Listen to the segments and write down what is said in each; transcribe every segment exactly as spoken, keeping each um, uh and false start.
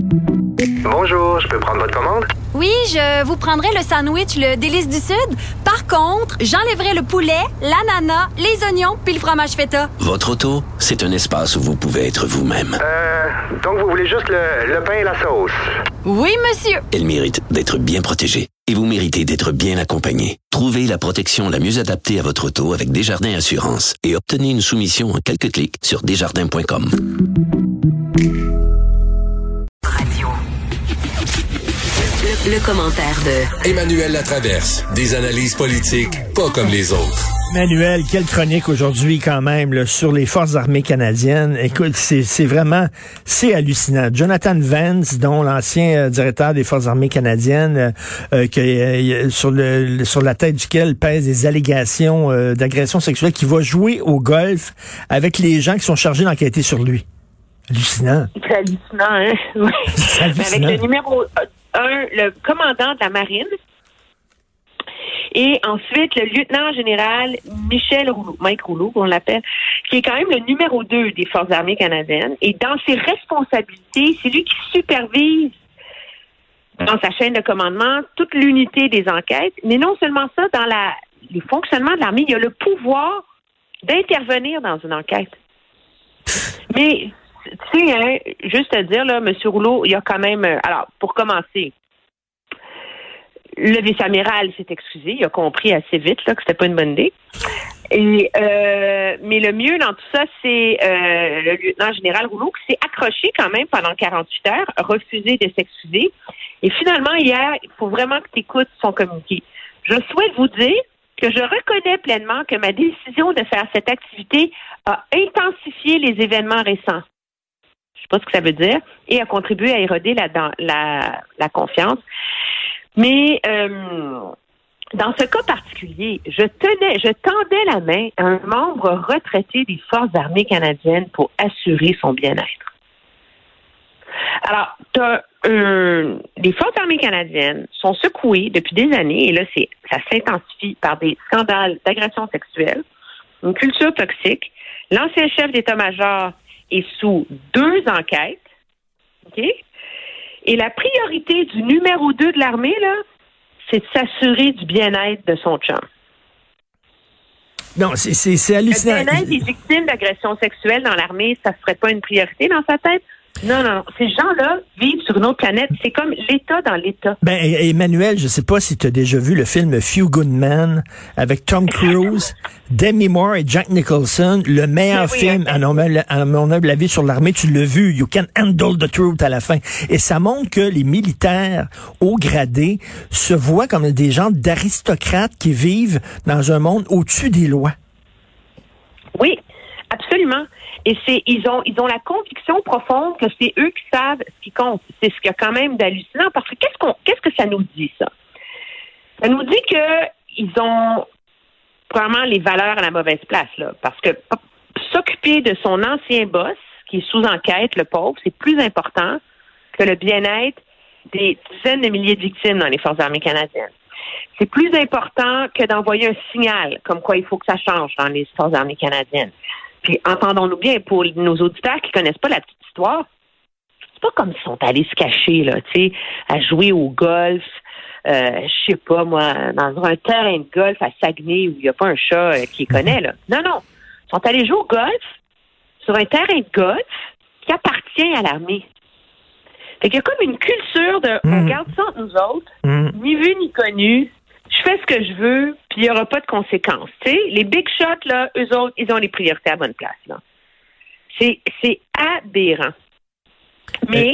Bonjour, je peux prendre votre commande? Oui, je vous prendrai le sandwich, le délice du Sud. Par contre, j'enlèverai le poulet, l'ananas, les oignons puis le fromage feta. Votre auto, c'est un espace où vous pouvez être vous-même. Euh, donc vous voulez juste le, le pain et la sauce? Oui, monsieur. Elle mérite d'être bien protégée. Et vous méritez d'être bien accompagné. Trouvez la protection la mieux adaptée à votre auto avec Desjardins Assurance et obtenez une soumission en quelques clics sur desjardins point com. Radio. Le, le commentaire de Emmanuel Latraverse. Des analyses politiques pas comme les autres. Emmanuel, quelle chronique aujourd'hui quand même là, sur les forces armées canadiennes. Écoute, c'est, c'est vraiment, c'est hallucinant. Jonathan Vance, dont l'ancien euh, directeur des forces armées canadiennes, euh, que, euh, sur, le, sur la tête duquel pèsent des allégations euh, d'agression sexuelle, qui va jouer au golf avec les gens qui sont chargés d'enquêter sur lui. Hallucinant. C'est hallucinant, hein? Oui. C'est hallucinant. Avec le numéro un, le commandant de la marine. Et ensuite, le lieutenant général Michel Rouleau, Mike Rouleau, qu'on l'appelle, qui est quand même le numéro deux des Forces armées canadiennes. Et dans ses responsabilités, c'est lui qui supervise dans sa chaîne de commandement toute l'unité des enquêtes. Mais non seulement ça, dans la, les fonctionnements de l'armée, il y a le pouvoir d'intervenir dans une enquête. Mais, tu sais, hein, juste à dire, là, M. Rouleau, il y a quand même... Alors, pour commencer... Le vice-amiral s'est excusé, il a compris assez vite là, que c'était pas une bonne idée. Et euh, mais le mieux dans tout ça, c'est euh, le lieutenant général Rouleau qui s'est accroché quand même pendant quarante-huit heures, refusé de s'excuser. Et finalement, hier, il faut vraiment que tu écoutes son communiqué. Je souhaite vous dire que je reconnais pleinement que ma décision de faire cette activité a intensifié les événements récents. Je sais pas ce que ça veut dire, et a contribué à éroder la, la, la confiance. Mais euh, dans ce cas particulier, je tenais, je tendais la main à un membre retraité des Forces armées canadiennes pour assurer son bien-être. Alors, t'as, euh, les Forces armées canadiennes sont secouées depuis des années, et là, c'est, ça s'intensifie par des scandales d'agression sexuelle, une culture toxique. L'ancien chef d'état-major est sous deux enquêtes, OK? Et la priorité du numéro deux de l'armée, là, c'est de s'assurer du bien-être de son chum. Non, c'est, c'est, c'est hallucinant. Le bien-être des victimes d'agressions sexuelles dans l'armée, ça ne serait pas une priorité dans sa tête? Non, non, non. Ces gens-là vivent sur une autre planète. C'est comme l'État dans l'État. Ben, Emmanuel, je sais pas si tu as déjà vu le film Few Good Men avec Tom Cruise, Demi Moore et Jack Nicholson, le meilleur oui, film à mon, à mon humble avis sur l'armée. Tu l'as vu, You Can Handle the Truth à la fin. Et ça montre que les militaires haut gradés se voient comme des gens d'aristocrates qui vivent dans un monde au-dessus des lois. Oui, absolument. Et c'est, ils ont, ils ont la conviction profonde que c'est eux qui savent ce qui compte. C'est ce qu'il y a quand même d'hallucinant. Parce que qu'est-ce qu'on, qu'est-ce que ça nous dit, ça? Ça nous dit que ils ont vraiment les valeurs à la mauvaise place, là. Parce que s'occuper de son ancien boss, qui est sous enquête, le pauvre, c'est plus important que le bien-être des dizaines de milliers de victimes dans les Forces armées canadiennes. C'est plus important que d'envoyer un signal, comme quoi il faut que ça change dans les Forces armées canadiennes. Puis, entendons-nous bien, pour nos auditeurs qui connaissent pas la petite histoire, c'est pas comme s'ils sont allés se cacher, là, tu sais, à jouer au golf, euh, je sais pas, moi, dans un terrain de golf à Saguenay où il y a pas un chat euh, qui les connaît, là. Non, non. Ils sont allés jouer au golf sur un terrain de golf qui appartient à l'armée. Fait qu'il y a comme une culture de, mmh. on garde ça entre nous autres, mmh. ni vu ni connu, je fais ce que je veux, puis il n'y aura pas de conséquences. Tu sais, les big shots, là, eux autres, ils ont les priorités à la bonne place, là. C'est, c'est aberrant. Mais,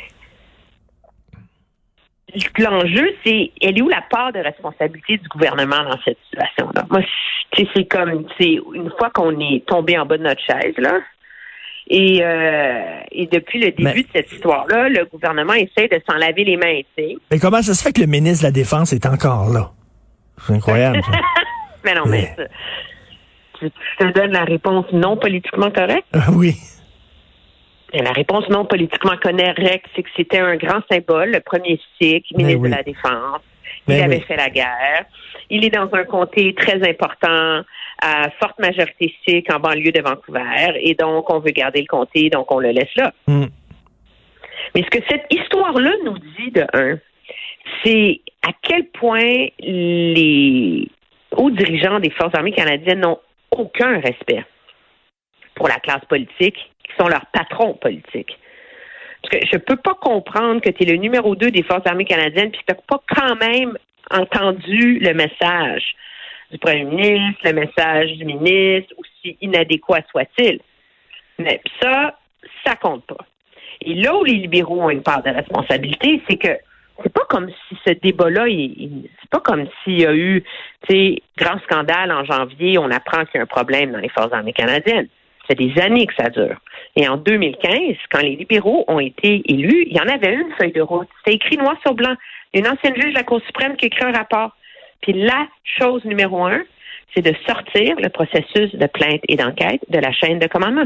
euh... l'enjeu, c'est, elle est où la part de responsabilité du gouvernement dans cette situation-là? Moi, tu sais, c'est comme, c'est une fois qu'on est tombé en bas de notre chaise, là, et, euh, et depuis le début mais, de cette histoire-là, le gouvernement essaie de s'en laver les mains, tu sais. Mais comment ça se fait que le ministre de la Défense est encore là? C'est incroyable, ça. Mais non, mais, mais ça, je te donne la réponse non politiquement correcte? Ah oui. Et la réponse non politiquement correcte, c'est que c'était un grand symbole, le premier Sikh, ministre oui. de la Défense. Il mais avait oui. fait la guerre. Il est dans un comté très important, à forte majorité Sikh en banlieue de Vancouver. Et donc, on veut garder le comté, donc on le laisse là. Mm. Mais ce que cette histoire-là nous dit, de un, c'est à quel point les hauts dirigeants des Forces armées canadiennes n'ont aucun respect pour la classe politique, qui sont leurs patrons politiques. Parce que je peux pas comprendre que tu es le numéro deux des Forces armées canadiennes puis que tu n'as pas quand même entendu le message du premier ministre, le message du ministre, aussi inadéquat soit-il. Mais ça, ça compte pas. Et là où les libéraux ont une part de responsabilité, c'est que c'est pas comme si ce débat-là, il, il, c'est pas comme s'il y a eu, tu sais, grand scandale en janvier, on apprend qu'il y a un problème dans les Forces armées canadiennes. Ça fait des années que ça dure. Et en deux mille quinze, quand les libéraux ont été élus, il y en avait une feuille de route. C'était écrit noir sur blanc. Une ancienne juge de la Cour suprême qui a écrit un rapport. Puis la chose numéro un, c'est de sortir le processus de plainte et d'enquête de la chaîne de commandement.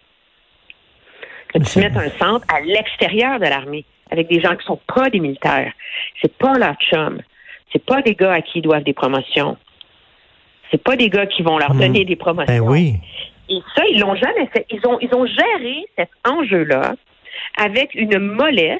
Que tu mettes un centre à l'extérieur de l'armée, avec des gens qui sont pas des militaires. C'est pas leur chum. C'est pas des gars à qui ils doivent des promotions. C'est pas des gars qui vont leur donner mmh. des promotions. Ben oui. Et ça, ils l'ont jamais fait. Ils ont, ils ont géré cet enjeu-là avec une mollesse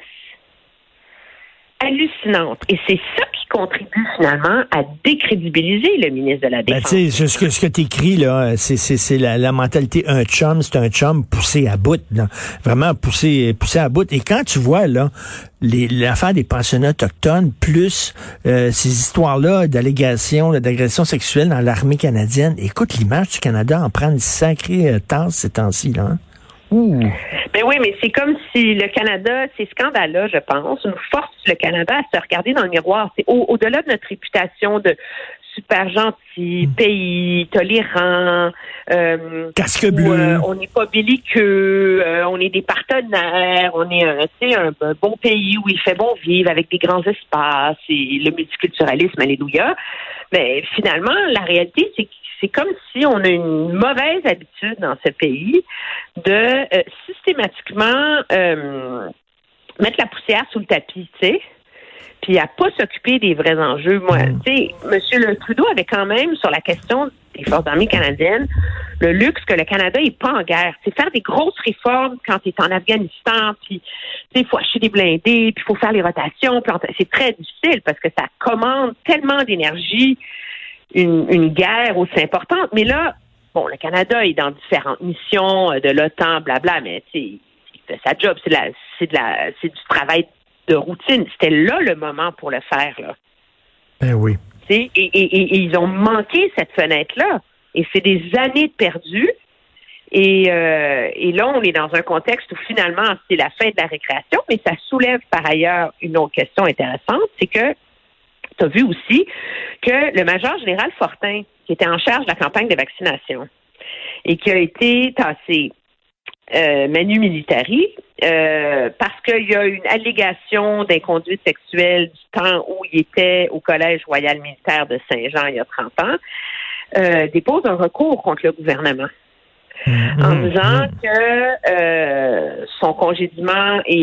hallucinante. Et c'est ça qui contribue finalement à décrédibiliser le ministre de la Défense. Ben, tu sais, ce que, ce que tu écris, là, c'est, c'est, c'est la, la mentalité un chum, c'est un chum poussé à bout, là. Vraiment poussé, poussé à bout. Et quand tu vois, là, les, l'affaire des pensionnats autochtones, plus euh, ces histoires-là d'allégations, d'agressions sexuelles dans l'armée canadienne, écoute, l'image du Canada en prend une sacrée euh, tasse ces temps-ci, là. Hein? Ouh. Ben oui, mais c'est comme si le Canada, ces scandales-là, je pense, nous force le Canada à se regarder dans le miroir. C'est au, au-delà de notre réputation de super gentil, mmh. pays tolérant, euh, casque bleu, où, euh, on n'est pas belliqueux, euh, on est des partenaires, on est un, un, un bon pays où il fait bon vivre avec des grands espaces et le multiculturalisme, alléluia. Mais finalement, la réalité, c'est que c'est comme si on a une mauvaise habitude dans ce pays de euh, systématiquement euh, mettre la poussière sous le tapis, tu sais, puis à pas s'occuper des vrais enjeux. Moi, mm. tu sais, M. le Trudeau avait quand même, sur la question des Forces armées canadiennes, le luxe que le Canada n'est pas en guerre. C'est faire des grosses réformes quand tu es en Afghanistan, puis il faut acheter des blindés, puis il faut faire les rotations, puis c'est très difficile parce que ça commande tellement d'énergie. Une, une guerre aussi importante. Mais là, bon, le Canada est dans différentes missions de l'OTAN, blabla, mais tu sais, il fait sa job. C'est, de la, c'est, de la, c'est du travail de routine. C'était là le moment pour le faire, là. Ben oui. Et, et, et, et ils ont manqué cette fenêtre-là. Et c'est des années de perdu. Et, euh, et là, on est dans un contexte où finalement, c'est la fin de la récréation, mais ça soulève par ailleurs une autre question intéressante, c'est que tu as vu aussi que le major général Fortin, qui était en charge de la campagne de vaccination et qui a été tassé euh, manu militari euh, parce qu'il y a une allégation d'inconduite sexuelle du temps où il était au Collège royal militaire de Saint-Jean il y a trente ans, euh, dépose un recours contre le gouvernement. Mmh, en disant mmh. que euh, son congédiement est,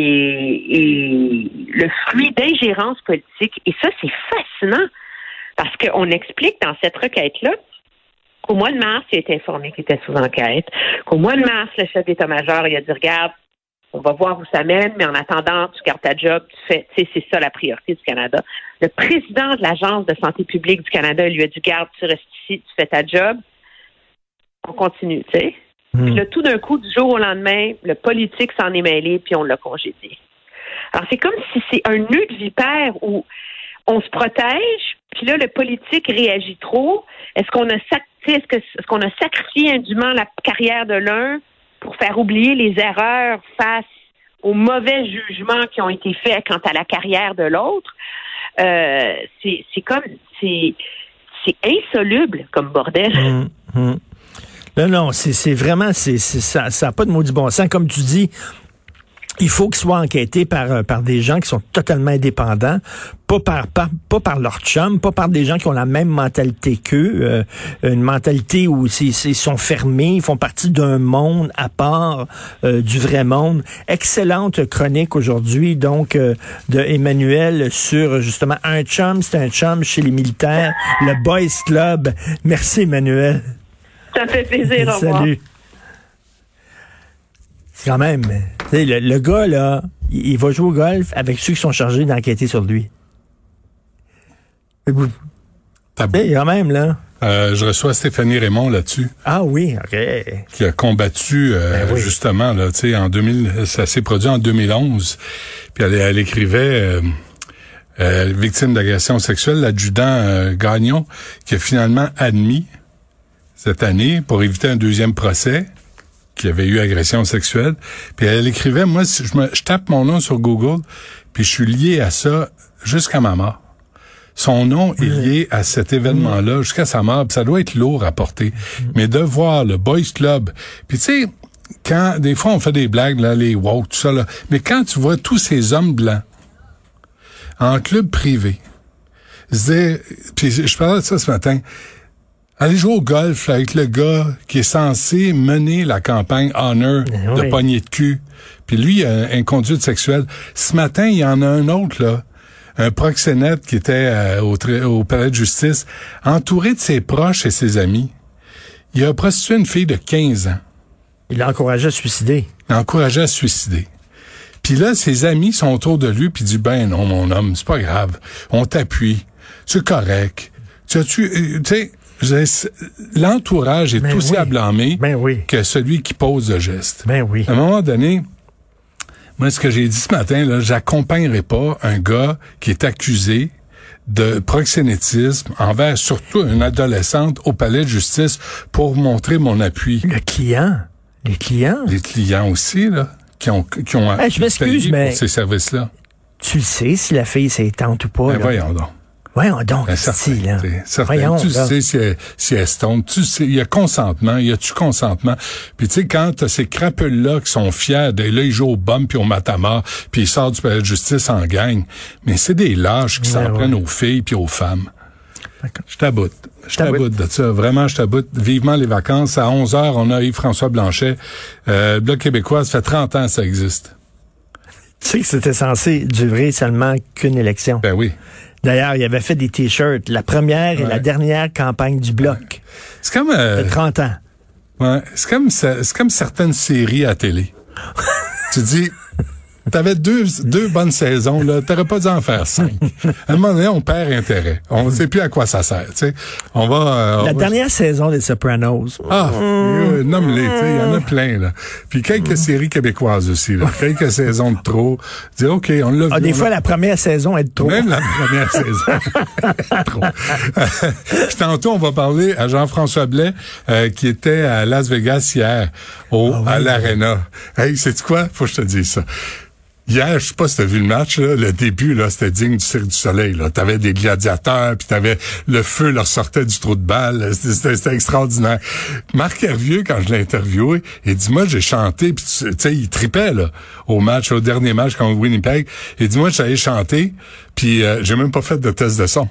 est le fruit d'ingérence politique. Et ça, c'est fascinant parce qu'on explique dans cette requête-là qu'au mois de mars, il a été informé qu'il était sous enquête, qu'au mois de mars, le chef d'état-major, il a dit, regarde, on va voir où ça mène, mais en attendant, tu gardes ta job, tu fais, tu sais, c'est ça la priorité du Canada. Le président de l'Agence de santé publique du Canada lui a dit, garde, tu restes ici, tu fais ta job. On continue, tu sais. Mmh. Puis là, tout d'un coup, du jour au lendemain, le politique s'en est mêlé, puis on l'a congédié. Alors, c'est comme si c'est un nœud de vipère où on se protège, puis là, le politique réagit trop. Est-ce qu'on a, sac- est-ce que, est-ce qu'on a sacrifié indûment la carrière de l'un pour faire oublier les erreurs face aux mauvais jugements qui ont été faits quant à la carrière de l'autre? Euh, c'est, c'est comme... c'est, c'est insoluble comme bordel. Mmh, mmh. Non, non, c'est, c'est vraiment, c'est, c'est, ça ça n'a pas de mot du bon sens. Comme tu dis, il faut qu'ils soient enquêtés par, par des gens qui sont totalement indépendants, pas par, par, pas par leur chum, pas par des gens qui ont la même mentalité qu'eux, euh, une mentalité où c'est, c'est, ils sont fermés, ils font partie d'un monde à part euh, du vrai monde. Excellente chronique aujourd'hui, donc, euh, de Emmanuel sur, justement, un chum, c'est un chum chez les militaires, le Boys Club. Merci, Emmanuel. Ça me fait plaisir, au revoir. Salut. C'est quand même, le, le gars, là, il, il va jouer au golf avec ceux qui sont chargés d'enquêter sur lui. T'as... Et quand même, là. Euh, je reçois Stéphanie Raymond là-dessus. Ah oui, OK. Qui a combattu, euh, ben oui. justement, là, tu sais, en deux mille, ça s'est produit en deux mille onze. Puis elle, elle écrivait, euh, euh, victime d'agression sexuelle, l'adjudant euh, Gagnon, qui a finalement admis cette année pour éviter un deuxième procès, qu'il y avait eu agression sexuelle. Puis elle écrivait, moi, si je, me, je tape mon nom sur Google, puis je suis lié à ça jusqu'à ma mort. Son nom est lié à cet événement-là jusqu'à sa mort. Puis ça doit être lourd à porter. Mais de voir le Boys Club, puis tu sais, quand des fois on fait des blagues, là, les woke, tout ça, là, mais quand tu vois tous ces hommes blancs en club privé, c'est, puis je parlais de ça ce matin, aller jouer au golf avec le gars qui est censé mener la campagne Honor oui. de poignée de cul, puis lui, il a une conduite sexuelle. Ce matin, il y en a un autre, là, un proxénète qui était euh, au, au palais de justice, entouré de ses proches et ses amis. Il a prostitué une fille de quinze ans. Il l'a encouragé à se suicider. Il l'a encouragé à se suicider. Puis là, ses amis sont autour de lui, puis il dit, ben non, mon homme, c'est pas grave. On t'appuie. C'est correct. Tu as-tu... Tu sais, l'entourage est ben aussi oui. à blâmer ben oui. que celui qui pose le geste. Ben oui. À un moment donné... Moi, ce que j'ai dit ce matin, là, j'accompagnerai pas un gars qui est accusé de proxénétisme envers surtout une adolescente au palais de justice pour montrer mon appui. Le client, les clients. Les clients aussi, là, qui ont, qui ont hey, je m'excuse, mais pour ces services-là. Tu le sais si la fille c'est tente ou pas. Ben là. Voyons donc. Voyons donc, ben, certain, là. Certain. Voyons, tu là. sais si elle, si elle se tombe, tu sais, il y a consentement, il y a-tu consentement. Puis tu sais, quand t'as ces crapules-là qui sont fiers, de, là, ils jouent au bum puis au matamar, puis ils sortent du palais de justice en gang, mais c'est des lâches qui ben, s'en ouais. prennent aux filles puis aux femmes. Je t'aboute. Je t'aboute de ça. Vraiment, je t'aboute. Vivement les vacances. À onze heures, on a Yves-François Blanchet. Euh, le Bloc québécois, ça fait trente ans que ça existe. Tu sais que c'était censé durer seulement qu'une élection. Ben oui. D'ailleurs, il avait fait des t-shirts. La première ouais. et la dernière campagne du Bloc. Ouais. C'est comme... Euh, de trente ans. Ouais. C'est comme, c'est comme certaines séries à télé. Tu dis... T'avais deux, deux bonnes saisons, là. T'aurais pas dû en faire cinq. À un moment donné, on perd intérêt. On ne sait plus à quoi ça sert, tu sais. On va, euh, La on dernière va... saison des Sopranos. Ah, mmh. nomme-les, tu sais. Il y en a plein, là. Puis quelques mmh. séries québécoises aussi, là. Quelques saisons de trop. Dire, OK, on l'a vu. Ah, des on fois, a... la première saison est de trop. Même la première saison. Trop. Puis tantôt, on va parler à Jean-François Blais, euh, qui était à Las Vegas hier, au, ah, oui, à l'Arena. Hey, sais-tu quoi? Faut que je te dise ça. Hier, je sais pas si t'as vu le match, là, le début, là, c'était digne du Cirque du Soleil, là. T'avais des gladiateurs, puis t'avais le feu leur sortait du trou de balle. C'était, c'était, c'était extraordinaire. Marc Hervieux, quand je l'ai interviewé, il dit, moi, j'ai chanté, puis tu sais, il tripait, là, au match, au dernier match contre Winnipeg. Il dit, moi, j'allais chanter, puis euh, j'ai même pas fait de test de son.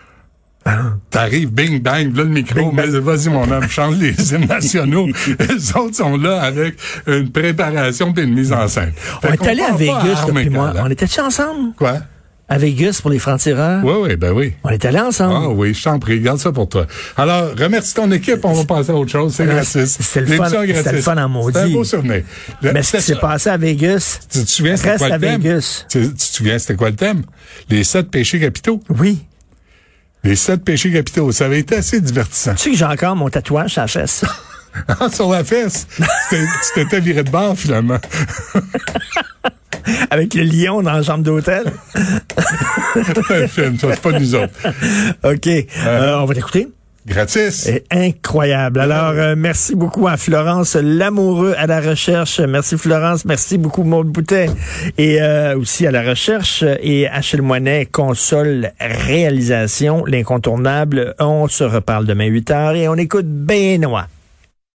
T'arrives, bing, bang, là, le micro, mais vas-y, mon homme, chante les hymnes nationaux. Les autres sont là avec une préparation et une mise en scène. On est allé à Vegas, depuis moi. On était-tu ensemble? Quoi? À Vegas pour les francs-tireurs? Oui, oui, ben oui. On est allé ensemble. Ah oui, je t'en prie, garde ça pour toi. Alors, remercie ton équipe, on va passer à autre chose, c'est gratis. C'était le fun, c'était le fun en maudit. C'est un beau souvenir. Le, Mais ce qui s'est passé à Vegas, tu te souviens, c'était quoi le thème? Vegas. Tu, tu te souviens, c'était quoi le thème? Les sept péchés capitaux? Oui. Les sept péchés capitaux, ça avait été assez divertissant. Tu sais que j'ai encore mon tatouage sur la fesse. Ah, sur la fesse? Tu t'étais viré de bord, finalement. Avec le lion dans la chambre d'hôtel. Un film, ça, c'est pas nous autres. OK. Euh, euh, on va t'écouter. Gratis. Et incroyable. Alors, euh, merci beaucoup à Florence Lamoureux à la recherche. Merci Florence. Merci beaucoup Maude Boutet. Et euh, aussi à la recherche. Et Achille Moinet, console réalisation, l'incontournable. On se reparle demain huit heures et on écoute Benoît.